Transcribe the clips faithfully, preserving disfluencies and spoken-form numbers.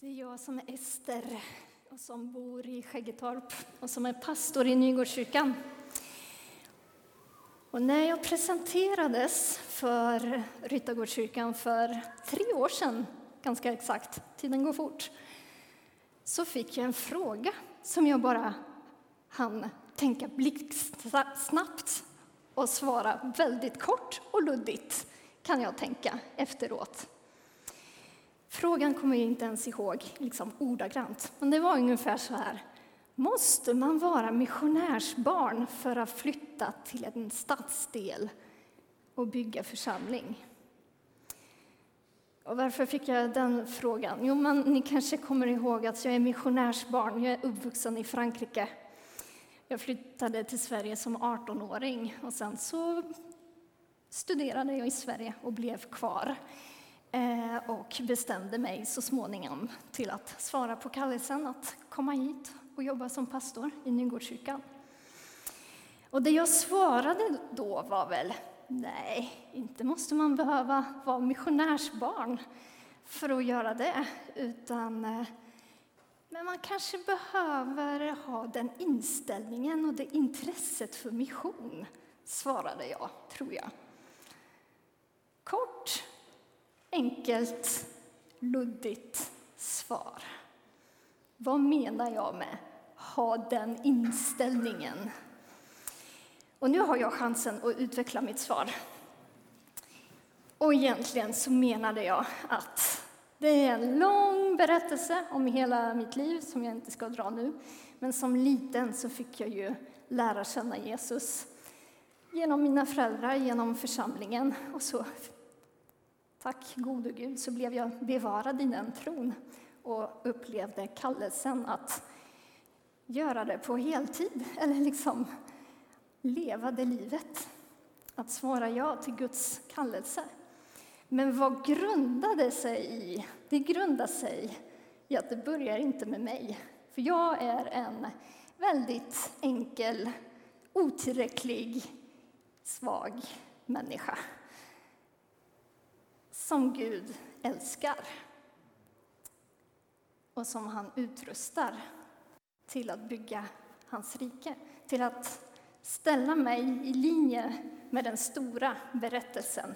Det är jag som är Ester och som bor i Skäggetorp och som är pastor i Nygårdskyrkan. Och när jag presenterades för Ryttargårdskyrkan för tre år sedan, ganska exakt, tiden går fort, så fick jag en fråga som jag bara hann tänka blixtsnabbt och svara väldigt kort och luddigt, kan jag tänka efteråt. Frågan kommer jag inte ens ihåg liksom ordagrant, men det var ungefär så här. Måste man vara missionärsbarn för att flytta till en stadsdel och bygga församling? Och varför fick jag den frågan? Jo, men ni kanske kommer ihåg att jag är missionärsbarn. Jag är uppvuxen i Frankrike. Jag flyttade till Sverige som arton-åring och sen så studerade jag i Sverige och blev kvar. Och bestämde mig så småningom till att svara på kallelsen att komma hit och jobba som pastor i Nygårdskyrkan. Och det jag svarade då var väl, nej, inte måste man behöva vara missionärsbarn för att göra det, utan men man kanske behöver ha den inställningen och det intresset för mission, svarade jag, tror jag. Kort, enkelt, luddigt svar. Vad menar jag med ha den inställningen? Och nu har jag chansen att utveckla mitt svar. Och egentligen så menade jag att det är en lång berättelse om hela mitt liv som jag inte ska dra nu. Men som liten så fick jag ju lära känna Jesus genom mina föräldrar, genom församlingen. Och så, tack gode Gud, så blev jag bevarad i den tron och upplevde kallelsen att göra det på heltid, eller liksom leva det livet, att svara ja till Guds kallelse. Men vad grundade sig i? Det grundar sig i att det börjar inte med mig. För jag är en väldigt enkel, otillräcklig, svag människa som Gud älskar och som han utrustar till att bygga hans rike, till att ställa mig i linje med den stora berättelsen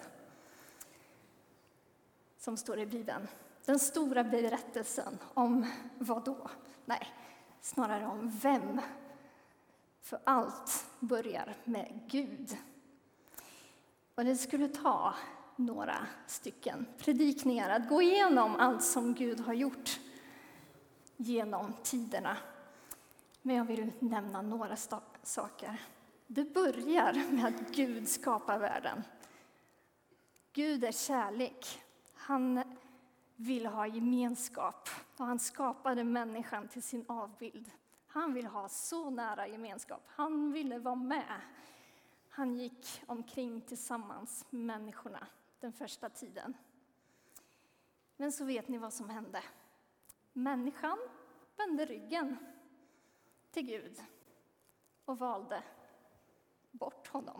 som står i Bibeln. Den stora berättelsen om vad då? Nej, snarare om vem. För allt börjar med Gud. Och det skulle ta några stycken predikningar att gå igenom allt som Gud har gjort genom tiderna. Men jag vill nämna några st- saker. Det börjar med att Gud skapar världen. Gud är kärlek. Han vill ha gemenskap. Och han skapade människan till sin avbild. Han vill ha så nära gemenskap. Han ville vara med. Han gick omkring tillsammans med människorna den första tiden. Men så vet ni vad som hände. Människan vände ryggen till Gud och valde bort honom.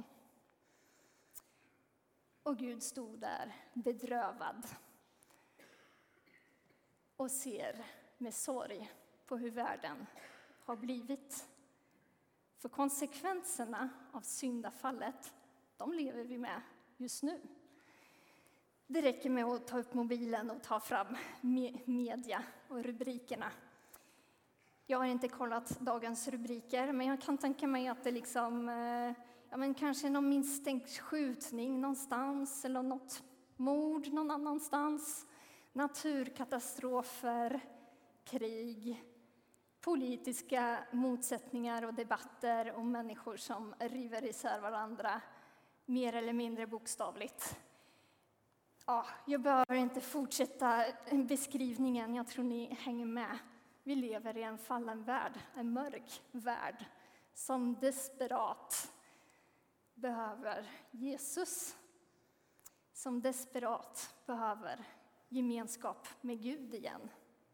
Och Gud stod där bedrövad och ser med sorg på hur världen har blivit. För konsekvenserna av syndafallet, de lever vi med just nu. Det räcker med att ta upp mobilen och ta fram media och rubrikerna. Jag har inte kollat dagens rubriker, men jag kan tänka mig att det liksom, ja men kanske någon misstänkt skjutning någonstans eller något mord någon annanstans, naturkatastrofer, krig, politiska motsättningar och debatter och människor som river isär varandra mer eller mindre bokstavligt. Ja, jag behöver inte fortsätta beskrivningen, jag tror ni hänger med. Vi lever i en fallen värld, en mörk värld som desperat behöver Jesus. Som desperat behöver gemenskap med Gud igen.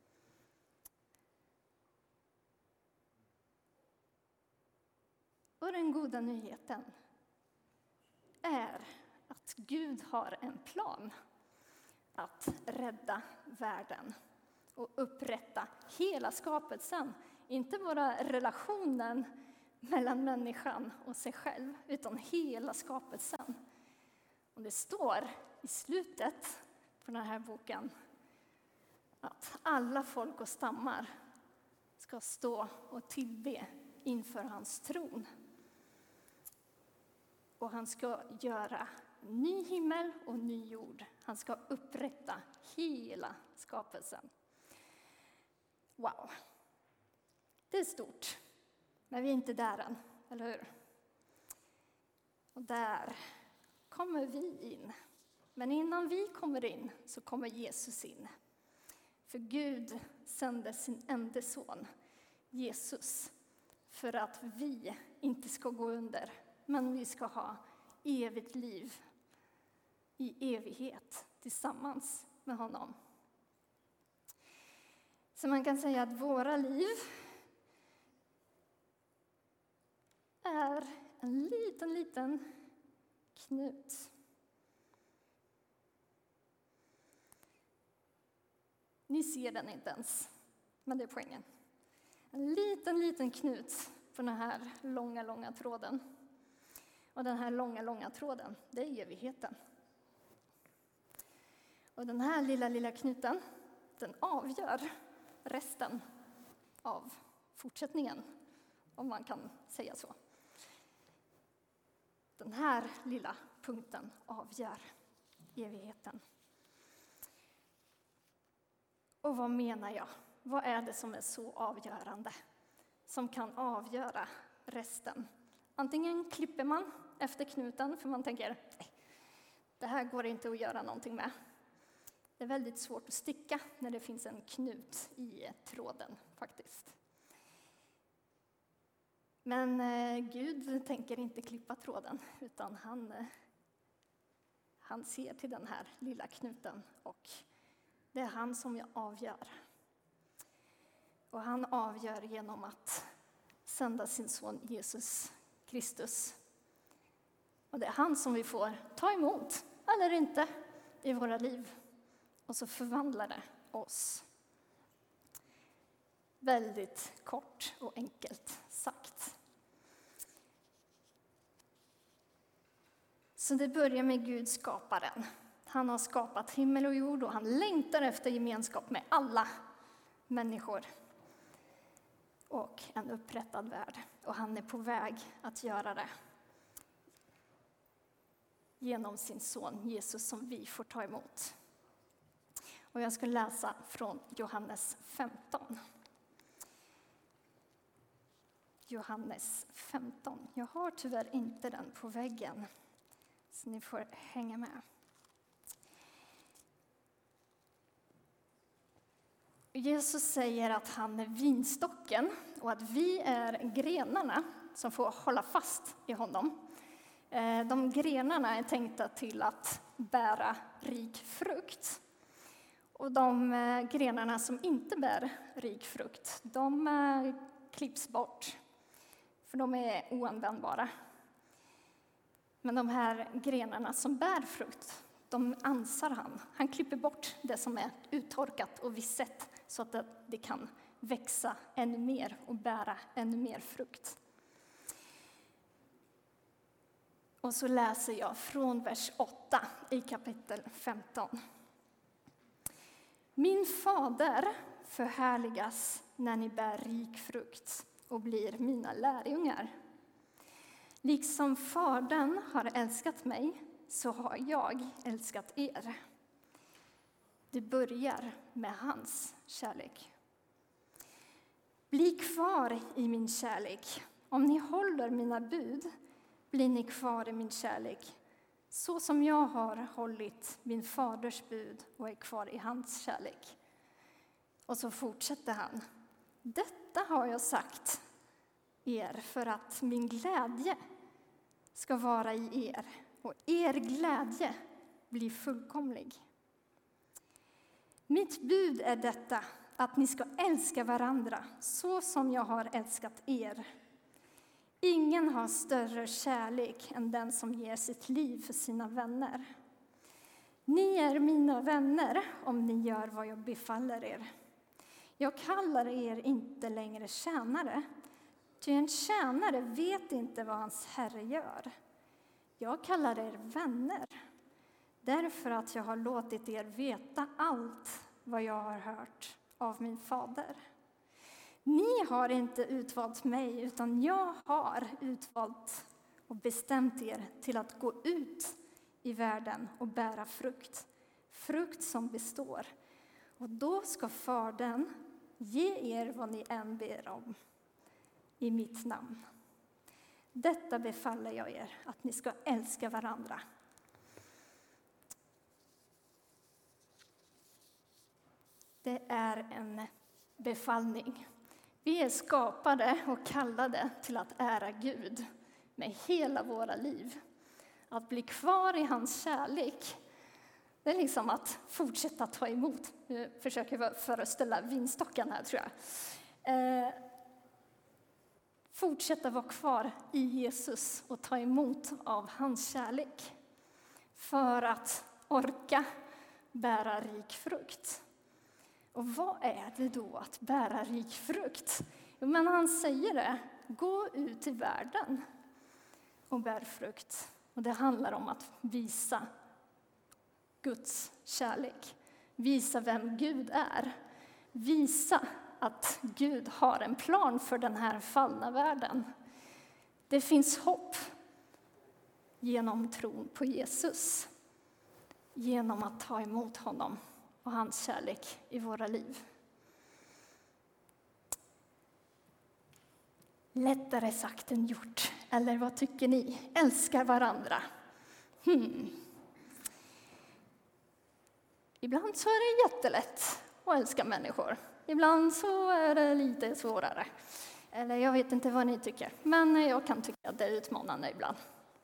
Och den goda nyheten är att Gud har en plan att rädda världen. och upprätta hela skapelsen. Inte bara relationen mellan människan och sig själv, utan hela skapelsen. Och det står i slutet på den här boken att alla folk och stammar ska stå och tillbe inför hans tron. Och han ska göra ny himmel och ny jord. Han ska upprätta hela skapelsen. Wow! Det är stort, men vi är inte där än, eller hur? Och där kommer vi in. Men innan vi kommer in så kommer Jesus in. För Gud sände sin enda son, Jesus, för att vi inte ska gå under, men vi ska ha evigt liv i evighet tillsammans med honom. Så man kan säga att våra liv är en liten, liten knut. Ni ser den inte ens, men det är poängen. En liten, liten knut på den här långa, långa tråden. Och den här långa, långa tråden, det är evigheten. Och den här lilla, lilla knuten, den avgör resten av fortsättningen, om man kan säga så. Den här lilla punkten avgör evigheten. Och vad menar jag? Vad är det som är så avgörande? Som kan avgöra resten? Antingen klipper man efter knuten för man tänker, nej, det här går inte att göra någonting med. Det är väldigt svårt att sticka när det finns en knut i tråden faktiskt. Men eh, Gud tänker inte klippa tråden, utan han, eh, han ser till den här lilla knuten och det är han som jag avgör. Och han avgör genom att sända sin son Jesus Kristus. Och det är han som vi får ta emot, eller inte, i våra liv. Och så förvandlar det oss. Väldigt kort och enkelt sagt. Så det börjar med Gud skaparen. Han har skapat himmel och jord och han längtar efter gemenskap med alla människor. Och en upprättad värld. Och han är på väg att göra det. Genom sin son Jesus som vi får ta emot. Och jag ska läsa från Johannes femton. Johannes femton. Jag har tyvärr inte den på väggen. Så ni får hänga med. Jesus säger att han är vinstocken och att vi är grenarna som får hålla fast i honom. De grenarna är tänkta till att bära rik frukt. Och de grenarna som inte bär rik frukt, de klipps bort. För de är oanvändbara. Men de här grenarna som bär frukt, de ansar han. Han klipper bort det som är uttorkat och visset så att det kan växa ännu mer och bära ännu mer frukt. Och så läser jag från vers åtta i kapitel femton. Min fader förhärligas när ni bär rik frukt och blir mina lärjungar. Liksom fadern har älskat mig så har jag älskat er. Det börjar med hans kärlek. Bli kvar i min kärlek. Om ni håller mina bud blir ni kvar i min kärlek. Så som jag har hållit min faders bud och är kvar i hans kärlek. Och så fortsätter han. Detta har jag sagt er för att min glädje ska vara i er och er glädje blir fullkomlig. Mitt bud är detta, att ni ska älska varandra så som jag har älskat er. Ingen har större kärlek än den som ger sitt liv för sina vänner. Ni är mina vänner om ni gör vad jag befaller er. Jag kallar er inte längre tjänare, ty en tjänare vet inte vad hans herre gör. Jag kallar er vänner, därför att jag har låtit er veta allt vad jag har hört av min fader. Ni har inte utvalt mig, utan jag har utvalt och bestämt er till att gå ut i världen och bära frukt. Frukt som består. Och då ska Fadern ge er vad ni än ber om i mitt namn. Detta befaller jag er, att ni ska älska varandra. Det är en befallning. Vi är skapade och kallade till att ära Gud med hela våra liv. Att bli kvar i hans kärlek, det är liksom att fortsätta ta emot. Nu försöker jag föreställa vinstocken här, tror jag. Eh, fortsätta vara kvar i Jesus och ta emot av hans kärlek. För att orka bära rik frukt. Och vad är det då att bära rik frukt? Jo, men han säger det, gå ut i världen och bär frukt. Och det handlar om att visa Guds kärlek. Visa vem Gud är. Visa att Gud har en plan för den här fallna världen. Det finns hopp genom tron på Jesus. Genom att ta emot honom och hans kärlek i våra liv. Lättare sagt än gjort. Eller vad tycker ni? Älskar varandra. Hmm. Ibland så är det jättelätt att älska människor. Ibland så är det lite svårare. Eller jag vet inte vad ni tycker. Men jag kan tycka att det är utmanande ibland.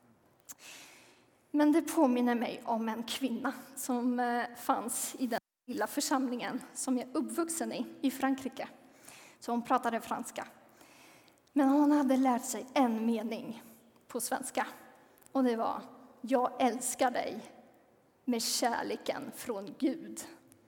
Men det påminner mig om en kvinna som fanns i den lilla församlingen som jag är uppvuxen i, i Frankrike. Så hon pratade franska. Men hon hade lärt sig en mening på svenska. Och det var, jag älskar dig med kärleken från Gud.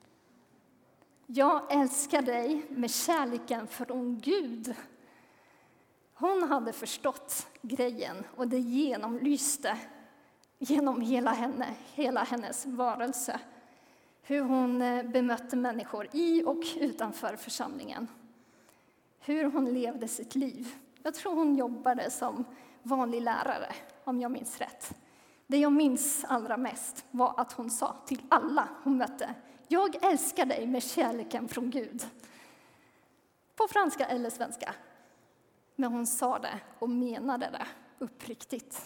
Jag älskar dig med kärleken från Gud. Hon hade förstått grejen och det genomlyste genom hela henne, hela hennes varelse. Hur hon bemötte människor i och utanför församlingen. Hur hon levde sitt liv. Jag tror hon jobbade som vanlig lärare, om jag minns rätt. Det jag minns allra mest var att hon sa till alla hon mötte, jag älskar dig med kärleken från Gud. På franska eller svenska. Men hon sa det och menade det uppriktigt.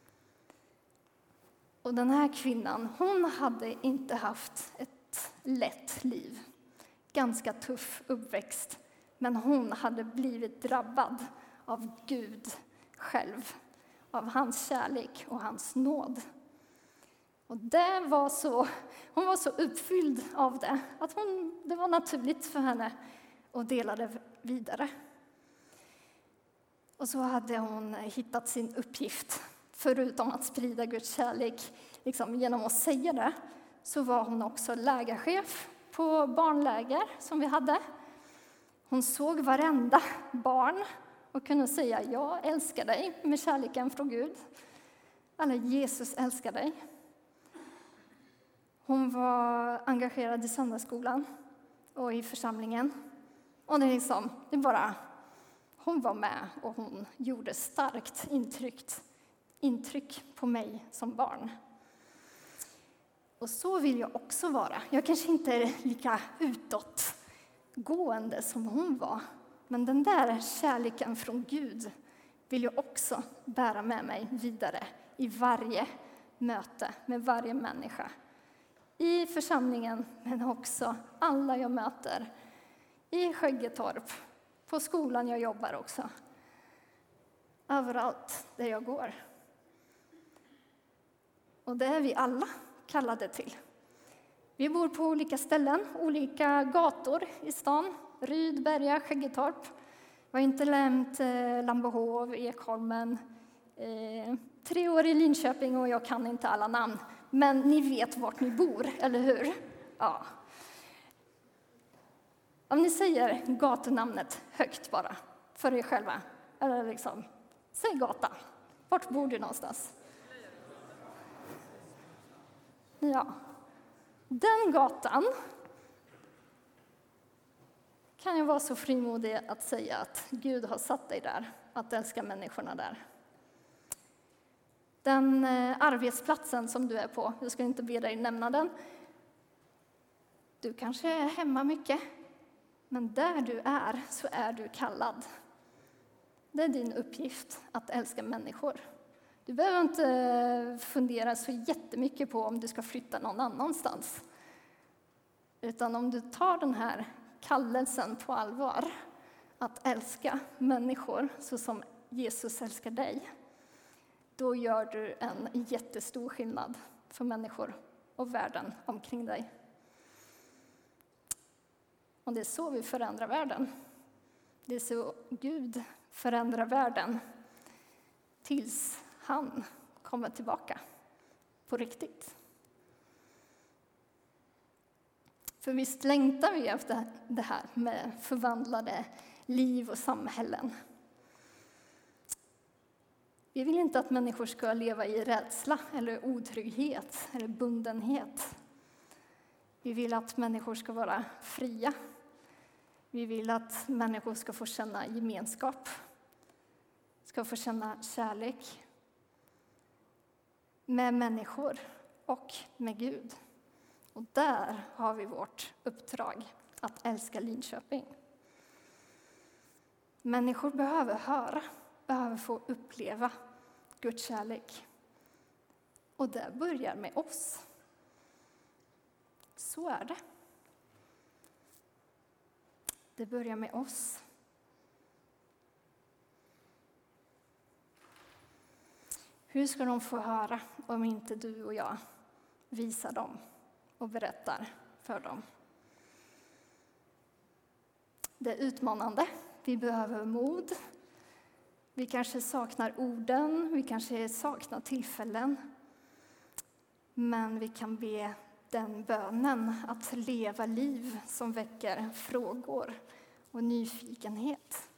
Och den här kvinnan, hon hade inte haft ett lätt liv. Ganska tuff uppväxt. Men hon hade blivit drabbad av Gud själv. Av hans kärlek och hans nåd. Och det var så, hon var så uppfylld av det. Att hon, det var naturligt för henne att dela det vidare. Och så hade hon hittat sin uppgift. Förutom att sprida Guds kärlek liksom genom att säga det. Så var hon också lägerchef på barnläger som vi hade. Hon såg varenda barn och kunde säga, jag älskar dig med kärleken från Gud. Eller Jesus älskar dig. Hon var engagerad i söndagsskolan och i församlingen. Och det är liksom, det bara, hon var med och hon gjorde starkt intryck, intryck på mig som barn. Och så vill jag också vara. Jag kanske inte är lika utåtgående som hon var. Men den där kärleken från Gud vill jag också bära med mig vidare i varje möte med varje människa. I församlingen, men också alla jag möter. I Skäggetorp, på skolan jag jobbar också. Överallt där jag går. Och det är vi alla kallade till. Vi bor på olika ställen, olika gator i stan. Ryd, Berga, Skäggetorp. Jag har inte lämnat eh, Lambohov, Ekholmen. Eh, tre år i Linköping och jag kan inte alla namn. Men ni vet vart ni bor, eller hur? Ja. Om ni säger gatunamnet högt bara, för er själva. Eller liksom, säg gata. Vart bor du någonstans? Ja. Den gatan kan ju vara så frimodig att säga att Gud har satt dig där, att älska människorna där. Den arbetsplatsen som du är på, jag ska inte be dig nämna den. Du kanske är hemma mycket, men där du är så är du kallad. Det är din uppgift att älska människor. Du behöver inte fundera så jättemycket på om du ska flytta någon annanstans. Utan om du tar den här kallelsen på allvar, att älska människor så som Jesus älskar dig, då gör du en jättestor skillnad för människor och världen omkring dig. Och det är så vi förändrar världen. Det är så Gud förändrar världen tills han kommer tillbaka på riktigt. För visst längtar vi efter det här med förvandlade liv och samhällen. Vi vill inte att människor ska leva i rädsla eller otrygghet eller bundenhet. Vi vill att människor ska vara fria. Vi vill att människor ska få känna gemenskap, ska få känna kärlek med människor och med Gud. Och där har vi vårt uppdrag, att älska Linköping. Människor behöver höra, behöver få uppleva Guds kärlek. Och det börjar med oss. Så är det. Det börjar med oss. Hur ska de få höra om inte du och jag visar dem och berättar för dem? Det är utmanande. Vi behöver mod. Vi kanske saknar orden, vi kanske saknar tillfällen. Men vi kan be den bönen att leva liv som väcker frågor och nyfikenhet.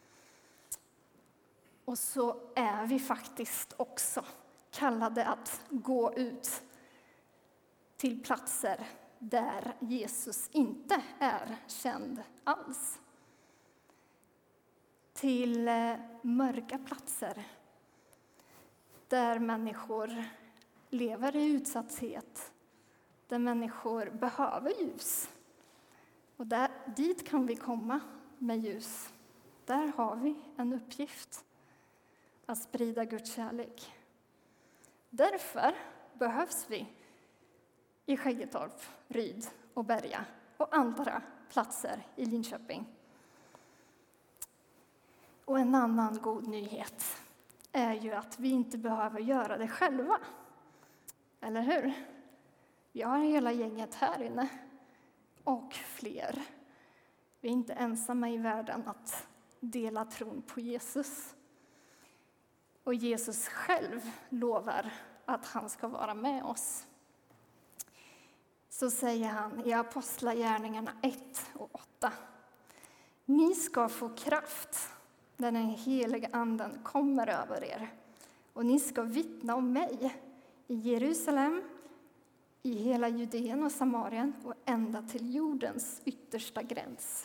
Och så är vi faktiskt också kallade att gå ut till platser där Jesus inte är känd alls. Till mörka platser där människor lever i utsatthet, där människor behöver ljus. Och där, dit kan vi komma med ljus. Där har vi en uppgift att sprida Guds kärlek. Därför behövs vi i Skäggetorp, Ryd och Berga och andra platser i Linköping. Och en annan god nyhet är ju att vi inte behöver göra det själva. Eller hur? Vi har hela gänget här inne och fler. Vi är inte ensamma i världen att dela tron på Jesus. Och Jesus själv lovar att han ska vara med oss. Så säger han i Apostlagärningarna ett och åtta. Ni ska få kraft när den heliga anden kommer över er. Och ni ska vittna om mig i Jerusalem, i hela Judeen och Samarien och ända till jordens yttersta gräns.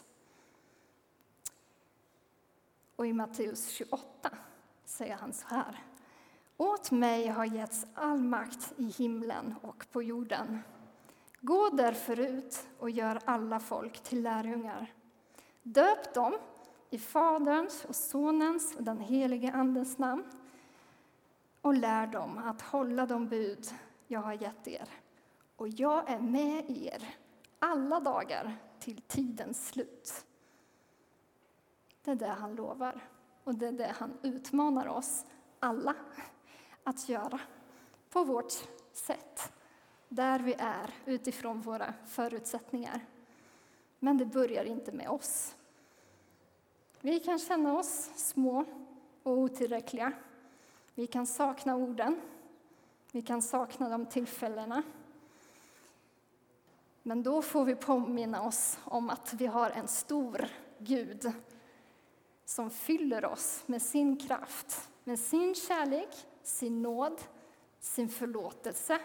Och i Matteus tjugoåtta säger han så här. Åt mig har getts all makt i himlen och på jorden. Gå därför ut och gör alla folk till lärjungar. Döp dem i Faderns och Sonens och den helige Andens namn och lär dem att hålla de bud jag har gett er. Och jag är med er alla dagar till tidens slut. Det är det han lovar och det är det han utmanar oss alla att göra på vårt sätt. Där vi är utifrån våra förutsättningar. Men det börjar inte med oss. Vi kan känna oss små och otillräckliga. Vi kan sakna orden. Vi kan sakna de tillfällena. Men då får vi påminna oss om att vi har en stor Gud som fyller oss med sin kraft, med sin kärlek, sin nåd, sin förlåtelse.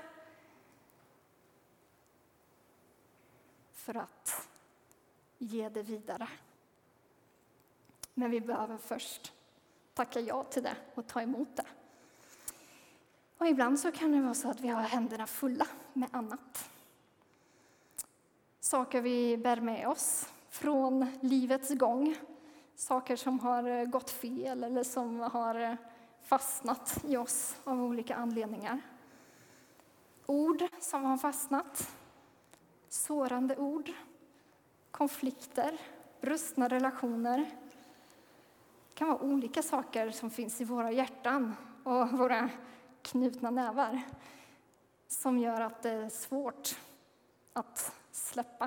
För att ge det vidare. Men vi behöver först tacka ja till det och ta emot det. Och ibland så kan det vara så att vi har händerna fulla med annat. Saker vi bär med oss från livets gång. Saker som har gått fel eller som har fastnat i oss av olika anledningar. Ord som har fastnat. Sårande ord. Konflikter. Brustna relationer. Det kan vara olika saker som finns i våra hjärtan och våra knutna nävar som gör att det är svårt att släppa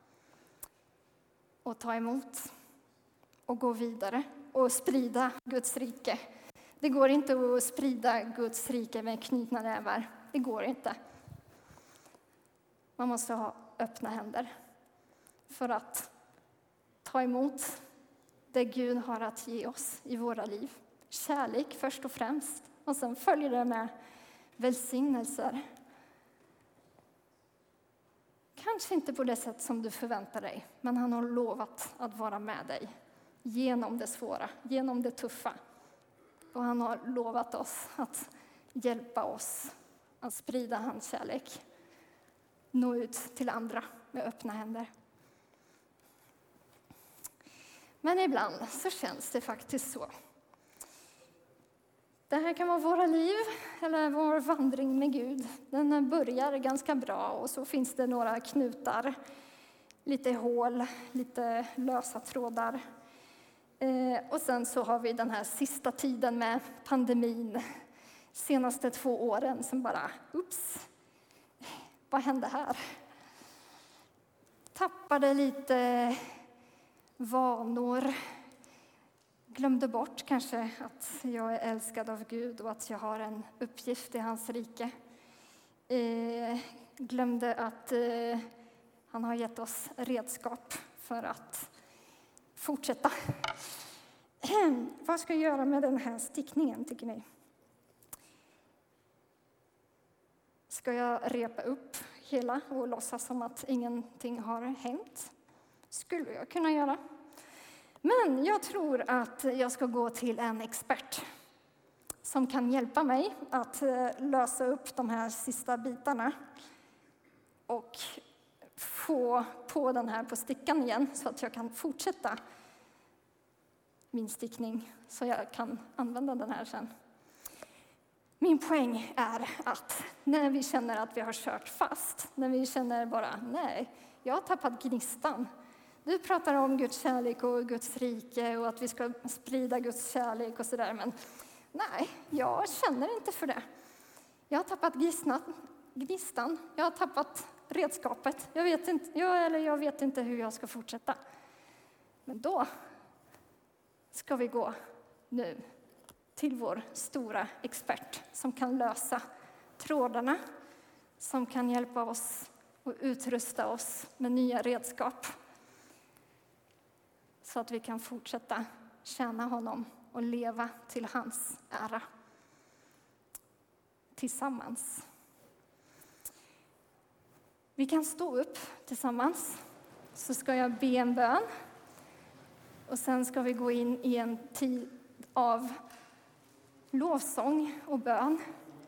och ta emot och gå vidare och sprida Guds rike. Det går inte att sprida Guds rike med knutna nävar. Det går inte. Man måste ha öppna händer för att ta emot det Gud har att ge oss i våra liv. Kärlek först och främst. Och sen följer det med välsignelser. Kanske inte på det sätt som du förväntar dig. Men han har lovat att vara med dig. Genom det svåra, genom det tuffa. Och han har lovat oss att hjälpa oss att sprida hans kärlek. Nå ut till andra med öppna händer. Men ibland så känns det faktiskt så. Det här kan vara våra liv eller vår vandring med Gud. Den börjar ganska bra och så finns det några knutar, lite hål, lite lösa trådar. Eh, och sen så har vi den här sista tiden med pandemin, senaste två åren som bara, ups, vad hände här? Tappade lite vanor. Glömde bort kanske att jag är älskad av Gud och att jag har en uppgift i hans rike. Eh, glömde att eh, han har gett oss redskap för att fortsätta. Eh, vad ska jag göra med den här stickningen, tycker ni? Ska jag repa upp hela och låtsas som att ingenting har hänt? Skulle jag kunna göra. Men jag tror att jag ska gå till en expert som kan hjälpa mig att lösa upp de här sista bitarna och få på den här på stickan igen så att jag kan fortsätta min stickning så jag kan använda den här sen. Min poäng är att när vi känner att vi har kört fast, när vi känner bara nej, jag har tappat gnistan. Du pratar om Guds kärlek och Guds rike och att vi ska sprida Guds kärlek och sådär. Men nej, jag känner inte för det. Jag har tappat gnistan. Jag har tappat redskapet. Jag vet inte, jag, eller jag vet inte hur jag ska fortsätta. Men då ska vi gå nu till vår stora expert som kan lösa trådarna. Som kan hjälpa oss och utrusta oss med nya redskap. Så att vi kan fortsätta tjäna honom och leva till hans ära. Tillsammans. Vi kan stå upp tillsammans. Så ska jag be en bön. Och sen ska vi gå in i en tid av lovsång och bön.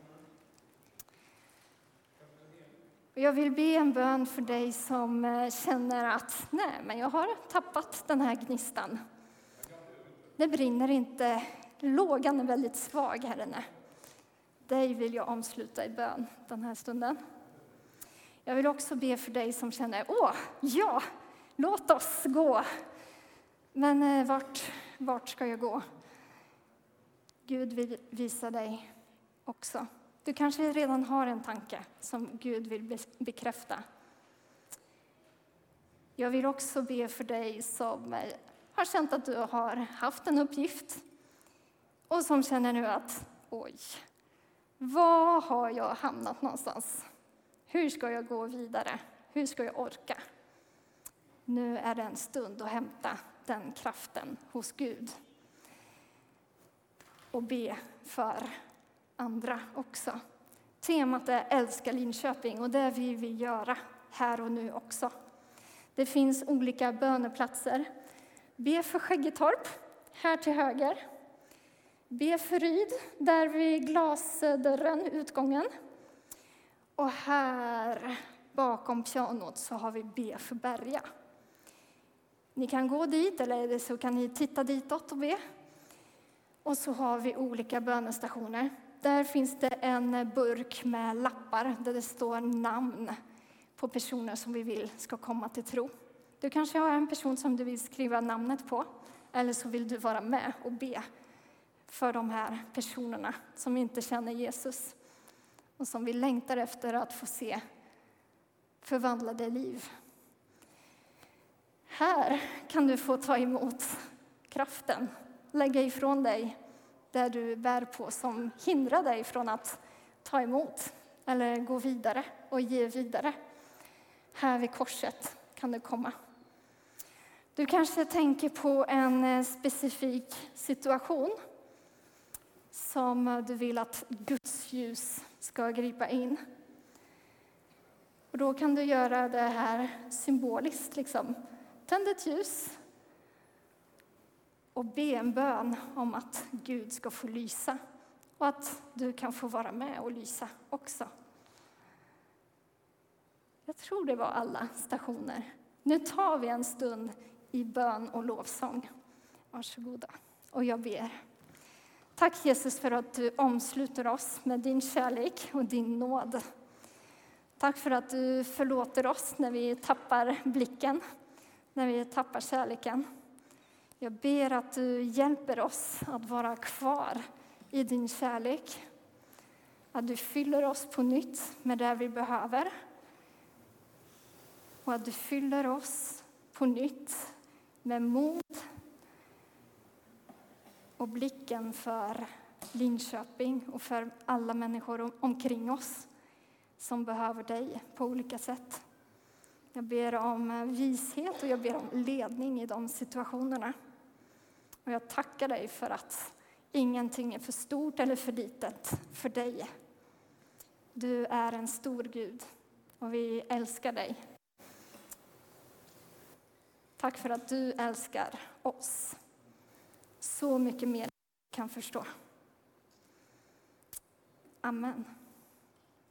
Jag vill be en bön för dig som känner att nej, men jag har tappat den här gnistan. Det brinner inte. Lågan är väldigt svag här inne. Dig vill jag omsluta i bön den här stunden. Jag vill också be för dig som känner, åh, ja, låt oss gå. Men vart, vart ska jag gå? Gud vill visa dig också. Du kanske redan har en tanke som Gud vill bekräfta. Jag vill också be för dig som har känt att du har haft en uppgift. Och som känner nu att, oj, var har jag hamnat någonstans? Hur ska jag gå vidare? Hur ska jag orka? Nu är det en stund att hämta den kraften hos Gud. Och be för andra också. Temat är älska Linköping och det vill vi göra här och nu också. Det finns olika böneplatser. Be för Skäggetorp, här till höger. Be för Ryd, där vid glasdörren, utgången. Och här bakom pianot så har vi be för Berga. Ni kan gå dit eller så kan ni titta ditåt och be. Och så har vi olika bönestationer. Där finns det en burk med lappar där det står namn på personer som vi vill ska komma till tro. Du kanske har en person som du vill skriva namnet på. Eller så vill du vara med och be för de här personerna som inte känner Jesus. Och som vi längtar efter att få se förvandlade liv. Här kan du få ta emot kraften. Lägga ifrån dig det du bär på som hindrar dig från att ta emot. Eller gå vidare och ge vidare. Här vid korset kan du komma. Du kanske tänker på en specifik situation som du vill att Guds ljus ska gripa in. Och då kan du göra det här symboliskt. Liksom. Tänd ett ljus och be en bön om att Gud ska få lysa. Och att du kan få vara med och lysa också. Jag tror det var alla stationer. Nu tar vi en stund i bön och lovsång. Varsågoda. Och jag ber. Tack Jesus för att du omsluter oss med din kärlek och din nåd. Tack för att du förlåter oss när vi tappar blicken, när vi tappar kärleken. Jag ber att du hjälper oss att vara kvar i din kärlek. Att du fyller oss på nytt med det vi behöver. Och att du fyller oss på nytt med mod och blicken för Linköping och för alla människor omkring oss som behöver dig på olika sätt. Jag ber om vishet och jag ber om ledning i de situationerna. Och jag tackar dig för att ingenting är för stort eller för litet för dig. Du är en stor Gud och vi älskar dig. Tack för att du älskar oss. Så mycket mer än vi kan förstå. Amen.